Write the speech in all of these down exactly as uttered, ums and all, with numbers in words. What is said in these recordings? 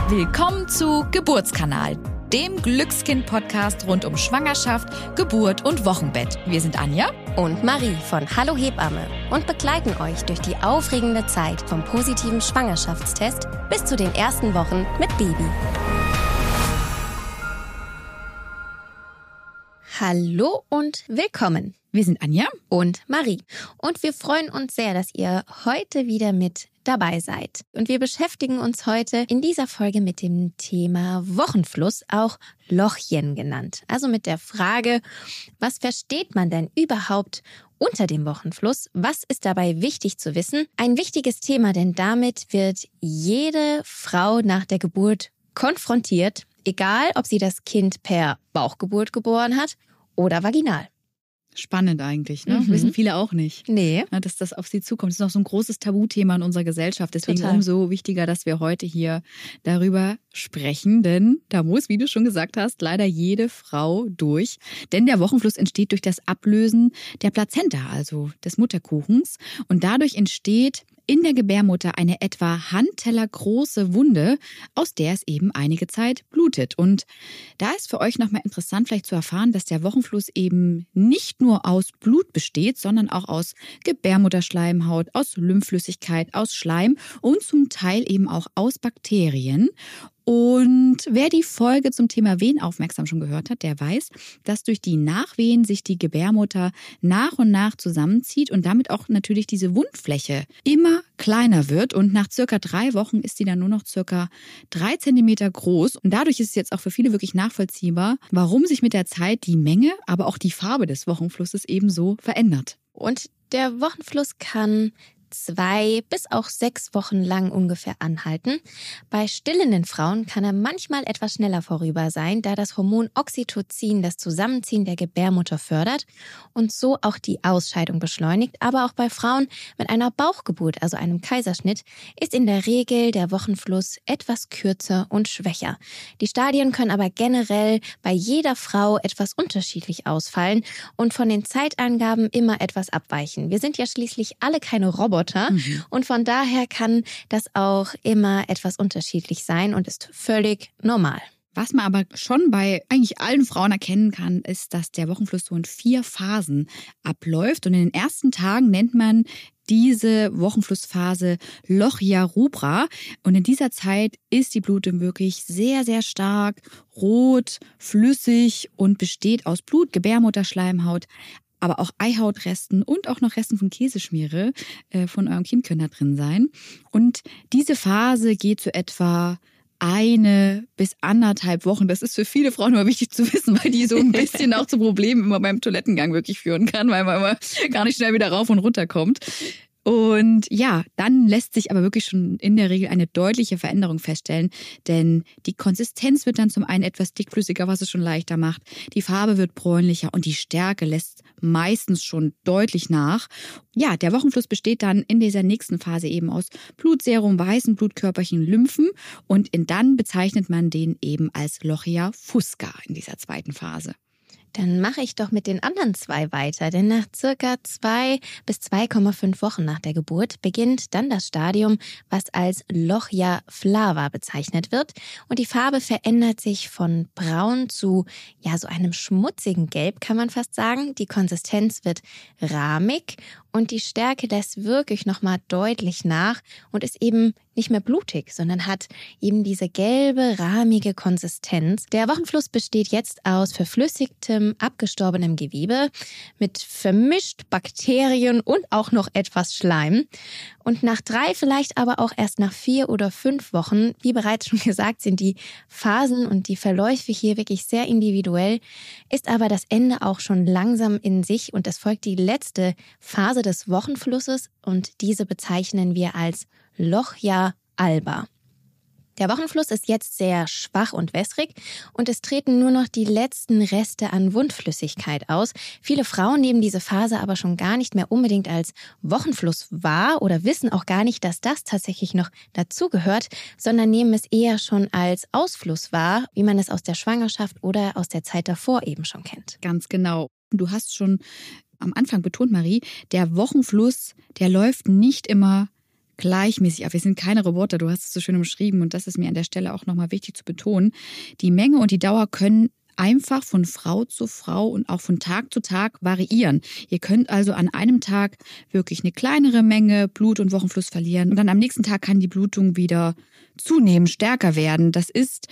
Willkommen zu Geburtskanal, dem Glückskind-Podcast rund um Schwangerschaft, Geburt und Wochenbett. Wir sind Anja und Marie von Hallo Hebamme und begleiten euch durch die aufregende Zeit vom positiven Schwangerschaftstest bis zu den ersten Wochen mit Baby. Hallo und willkommen. Wir sind Anja und Marie und wir freuen uns sehr, dass ihr heute wieder mit dabei seid. Und wir beschäftigen uns heute in dieser Folge mit dem Thema Wochenfluss, auch Lochchen genannt. Also mit der Frage, was versteht man denn überhaupt unter dem Wochenfluss? Was ist dabei wichtig zu wissen? Ein wichtiges Thema, denn damit wird jede Frau nach der Geburt konfrontiert, egal ob sie das Kind per Bauchgeburt geboren hat oder vaginal. Spannend eigentlich, ne? Mhm. Wissen viele auch nicht, nee. dass das auf sie zukommt. Das ist noch so ein großes Tabuthema in unserer Gesellschaft. Deswegen Total. Umso wichtiger, dass wir heute hier darüber sprechen. Denn da muss, wie du schon gesagt hast, leider jede Frau durch. Denn der Wochenfluss entsteht durch das Ablösen der Plazenta, also des Mutterkuchens. Und dadurch entsteht in der Gebärmutter eine etwa handtellergroße Wunde, aus der es eben einige Zeit blutet. Und da ist für euch nochmal interessant vielleicht zu erfahren, dass der Wochenfluss eben nicht nur aus Blut besteht, sondern auch aus Gebärmutterschleimhaut, aus Lymphflüssigkeit, aus Schleim und zum Teil eben auch aus Bakterien. Und wer die Folge zum Thema Wehen aufmerksam schon gehört hat, der weiß, dass durch die Nachwehen sich die Gebärmutter nach und nach zusammenzieht und damit auch natürlich diese Wundfläche immer kleiner wird. Und nach circa drei Wochen ist sie dann nur noch circa drei Zentimeter groß. Und dadurch ist es jetzt auch für viele wirklich nachvollziehbar, warum sich mit der Zeit die Menge, aber auch die Farbe des Wochenflusses ebenso verändert. Und der Wochenfluss kann zwei bis auch sechs Wochen lang ungefähr anhalten. Bei stillenden Frauen kann er manchmal etwas schneller vorüber sein, da das Hormon Oxytocin das Zusammenziehen der Gebärmutter fördert und so auch die Ausscheidung beschleunigt. Aber auch bei Frauen mit einer Bauchgeburt, also einem Kaiserschnitt, ist in der Regel der Wochenfluss etwas kürzer und schwächer. Die Stadien können aber generell bei jeder Frau etwas unterschiedlich ausfallen und von den Zeitangaben immer etwas abweichen. Wir sind ja schließlich alle keine Roboter. Mhm. Und von daher kann das auch immer etwas unterschiedlich sein und ist völlig normal. Was man aber schon bei eigentlich allen Frauen erkennen kann, ist, dass der Wochenfluss so in vier Phasen abläuft. Und in den ersten Tagen nennt man diese Wochenflussphase Lochia rubra. Und in dieser Zeit ist die Blutung wirklich sehr, sehr stark, rot, flüssig und besteht aus Blut, Gebärmutterschleimhaut, aber auch Eihautresten und auch noch Resten von Käseschmiere äh, von eurem Kind können da drin sein. Und diese Phase geht so etwa eine bis anderthalb Wochen. Das ist für viele Frauen immer wichtig zu wissen, weil die so ein bisschen auch zu Problemen immer beim Toilettengang wirklich führen kann, weil man immer gar nicht schnell wieder rauf und runter kommt. Und ja, dann lässt sich aber wirklich schon in der Regel eine deutliche Veränderung feststellen, denn die Konsistenz wird dann zum einen etwas dickflüssiger, was es schon leichter macht. Die Farbe wird bräunlicher und die Stärke lässt meistens schon deutlich nach. Ja, der Wochenfluss besteht dann in dieser nächsten Phase eben aus Blutserum, weißen Blutkörperchen, Lymphen und in dann bezeichnet man den eben als Lochia fusca in dieser zweiten Phase. Dann mache ich doch mit den anderen zwei weiter, denn nach circa zwei bis zwei Komma fünf Wochen nach der Geburt beginnt dann das Stadium, was als Lochia flava bezeichnet wird. Und die Farbe verändert sich von braun zu ja so einem schmutzigen Gelb, kann man fast sagen. Die Konsistenz wird rahmig und die Stärke lässt wirklich nochmal deutlich nach und ist eben nicht mehr blutig, sondern hat eben diese gelbe, rahmige Konsistenz. Der Wochenfluss besteht jetzt aus verflüssigtem, abgestorbenem Gewebe mit vermischt Bakterien und auch noch etwas Schleim. Und nach drei, vielleicht aber auch erst nach vier oder fünf Wochen, wie bereits schon gesagt, sind die Phasen und die Verläufe hier wirklich sehr individuell, ist aber das Ende auch schon langsam in sich und es folgt die letzte Phase des Wochenflusses und diese bezeichnen wir als Lochia alba. Der Wochenfluss ist jetzt sehr schwach und wässrig und es treten nur noch die letzten Reste an Wundflüssigkeit aus. Viele Frauen nehmen diese Phase aber schon gar nicht mehr unbedingt als Wochenfluss wahr oder wissen auch gar nicht, dass das tatsächlich noch dazugehört, sondern nehmen es eher schon als Ausfluss wahr, wie man es aus der Schwangerschaft oder aus der Zeit davor eben schon kennt. Ganz genau. Du hast schon am Anfang betont, Marie, der Wochenfluss, der läuft nicht immer gleichmäßig ab. Wir sind keine Roboter, du hast es so schön umschrieben und das ist mir an der Stelle auch nochmal wichtig zu betonen. Die Menge und die Dauer können einfach von Frau zu Frau und auch von Tag zu Tag variieren. Ihr könnt also an einem Tag wirklich eine kleinere Menge Blut und Wochenfluss verlieren und dann am nächsten Tag kann die Blutung wieder zunehmen, stärker werden. Das ist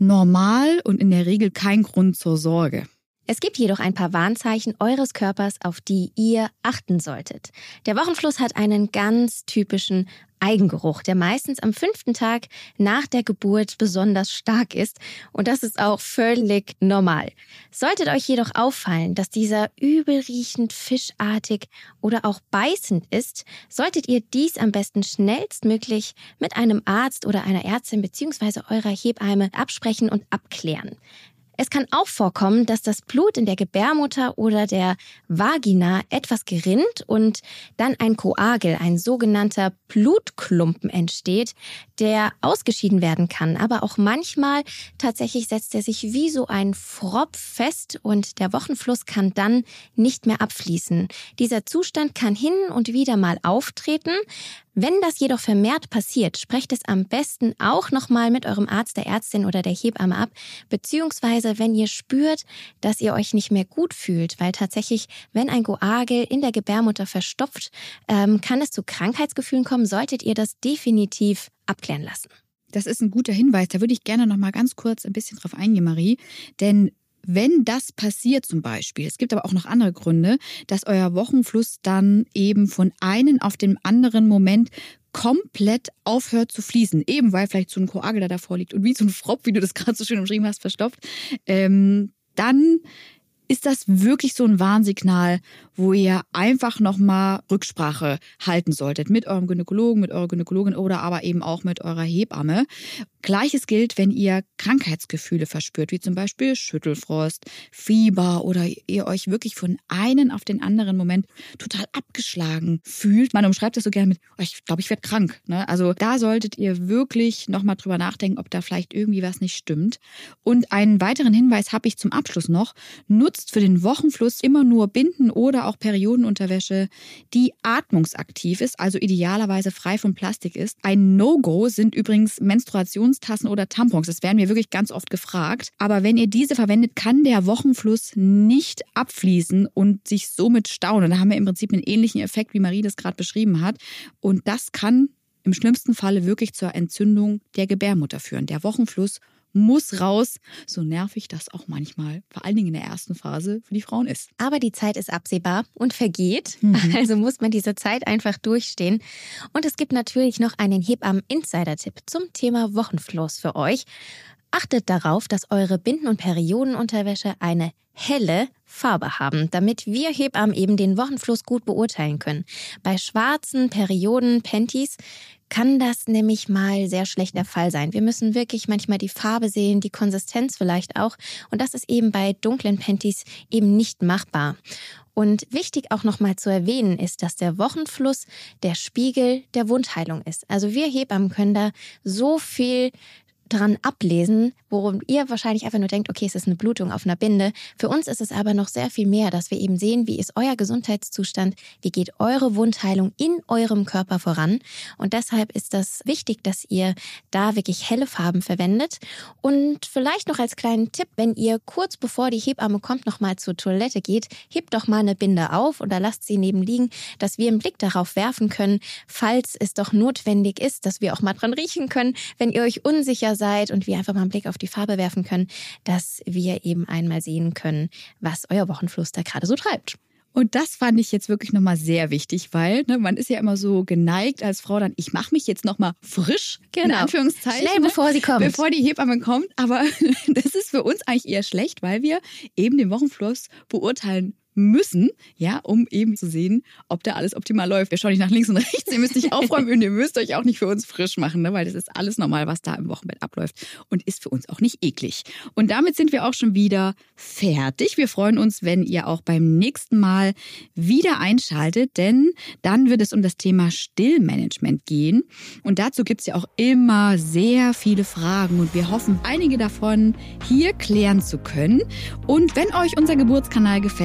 normal und in der Regel kein Grund zur Sorge. Es gibt jedoch ein paar Warnzeichen eures Körpers, auf die ihr achten solltet. Der Wochenfluss hat einen ganz typischen Eigengeruch, der meistens am fünften Tag nach der Geburt besonders stark ist. Und das ist auch völlig normal. Solltet euch jedoch auffallen, dass dieser übelriechend fischartig oder auch beißend ist, solltet ihr dies am besten schnellstmöglich mit einem Arzt oder einer Ärztin bzw. eurer Hebamme absprechen und abklären. Es kann auch vorkommen, dass das Blut in der Gebärmutter oder der Vagina etwas gerinnt und dann ein Koagel, ein sogenannter Blutklumpen entsteht, der ausgeschieden werden kann. Aber auch manchmal tatsächlich setzt er sich wie so ein Fropf fest und der Wochenfluss kann dann nicht mehr abfließen. Dieser Zustand kann hin und wieder mal auftreten. Wenn das jedoch vermehrt passiert, sprecht es am besten auch nochmal mit eurem Arzt, der Ärztin oder der Hebamme ab, beziehungsweise wenn ihr spürt, dass ihr euch nicht mehr gut fühlt, weil tatsächlich, wenn ein Koagel in der Gebärmutter verstopft, ähm, kann es zu Krankheitsgefühlen kommen, solltet ihr das definitiv abklären lassen. Das ist ein guter Hinweis, da würde ich gerne nochmal ganz kurz ein bisschen drauf eingehen, Marie, denn wenn das passiert zum Beispiel, es gibt aber auch noch andere Gründe, dass euer Wochenfluss dann eben von einem auf den anderen Moment komplett aufhört zu fließen, eben weil vielleicht so ein Koagel da davor liegt und wie so ein Fropf, wie du das gerade so schön umschrieben hast, verstopft, ähm, dann ist das wirklich so ein Warnsignal, wo ihr einfach nochmal Rücksprache halten solltet mit eurem Gynäkologen, mit eurer Gynäkologin oder aber eben auch mit eurer Hebamme. Gleiches gilt, wenn ihr Krankheitsgefühle verspürt, wie zum Beispiel Schüttelfrost, Fieber oder ihr euch wirklich von einem auf den anderen Moment total abgeschlagen fühlt. Man umschreibt das so gerne mit, oh, ich glaube, ich werde krank. Ne? Also da solltet ihr wirklich nochmal drüber nachdenken, ob da vielleicht irgendwie was nicht stimmt. Und einen weiteren Hinweis habe ich zum Abschluss noch. Nutzt für den Wochenfluss immer nur Binden oder auch Periodenunterwäsche, die atmungsaktiv ist, also idealerweise frei von Plastik ist. Ein No-Go sind übrigens Menstruations Tassen oder Tampons. Das werden wir wirklich ganz oft gefragt. Aber wenn ihr diese verwendet, kann der Wochenfluss nicht abfließen und sich somit stauen. Und da haben wir im Prinzip einen ähnlichen Effekt, wie Marie das gerade beschrieben hat. Und das kann im schlimmsten Falle wirklich zur Entzündung der Gebärmutter führen. Der Wochenfluss muss raus, so nervig das auch manchmal, vor allen Dingen in der ersten Phase, für die Frauen ist. Aber die Zeit ist absehbar und vergeht, Mhm. also muss man diese Zeit einfach durchstehen. Und es gibt natürlich noch einen Hebammen-Insider-Tipp zum Thema Wochenfluss für euch. Achtet darauf, dass eure Binden- und Periodenunterwäsche eine helle Farbe haben, damit wir Hebammen eben den Wochenfluss gut beurteilen können. Bei schwarzen Perioden-Panties kann das nämlich mal sehr schlecht der Fall sein. Wir müssen wirklich manchmal die Farbe sehen, die Konsistenz vielleicht auch. Und das ist eben bei dunklen Panties eben nicht machbar. Und wichtig auch nochmal zu erwähnen ist, dass der Wochenfluss der Spiegel der Wundheilung ist. Also wir Hebammen können da so viel dran ablesen, worum ihr wahrscheinlich einfach nur denkt, okay, es ist eine Blutung auf einer Binde. Für uns ist es aber noch sehr viel mehr, dass wir eben sehen, wie ist euer Gesundheitszustand, wie geht eure Wundheilung in eurem Körper voran. Und deshalb ist das wichtig, dass ihr da wirklich helle Farben verwendet. Und vielleicht noch als kleinen Tipp, wenn ihr kurz bevor die Hebamme kommt, nochmal zur Toilette geht, hebt doch mal eine Binde auf oder lasst sie neben liegen, dass wir einen Blick darauf werfen können, falls es doch notwendig ist, dass wir auch mal dran riechen können, wenn ihr euch unsicher seid und wir einfach mal einen Blick auf die Farbe werfen können, dass wir eben einmal sehen können, was euer Wochenfluss da gerade so treibt. Und das fand ich jetzt wirklich nochmal sehr wichtig, weil ne, man ist ja immer so geneigt als Frau dann, ich mache mich jetzt nochmal frisch, genau. in Anführungszeichen. Schnell, bevor sie kommt. Bevor die Hebamme kommt. Aber das ist für uns eigentlich eher schlecht, weil wir eben den Wochenfluss beurteilen müssen, ja, um eben zu sehen, ob da alles optimal läuft. Wir schauen nicht nach links und rechts, ihr müsst nicht aufräumen und ihr müsst euch auch nicht für uns frisch machen, ne, weil das ist alles normal, was da im Wochenbett abläuft und ist für uns auch nicht eklig. Und damit sind wir auch schon wieder fertig. Wir freuen uns, wenn ihr auch beim nächsten Mal wieder einschaltet, denn dann wird es um das Thema Stillmanagement gehen. Und dazu gibt es ja auch immer sehr viele Fragen und wir hoffen, einige davon hier klären zu können. Und wenn euch unser Geburtskanal gefällt, abonniert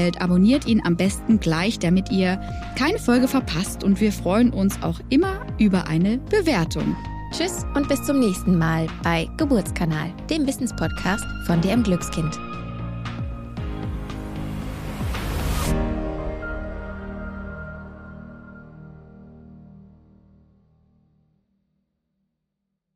Abonniert ihn am besten gleich, damit ihr keine Folge verpasst und wir freuen uns auch immer über eine Bewertung. Tschüss und bis zum nächsten Mal bei Geburtskanal, dem Wissenspodcast von D M Glückskind.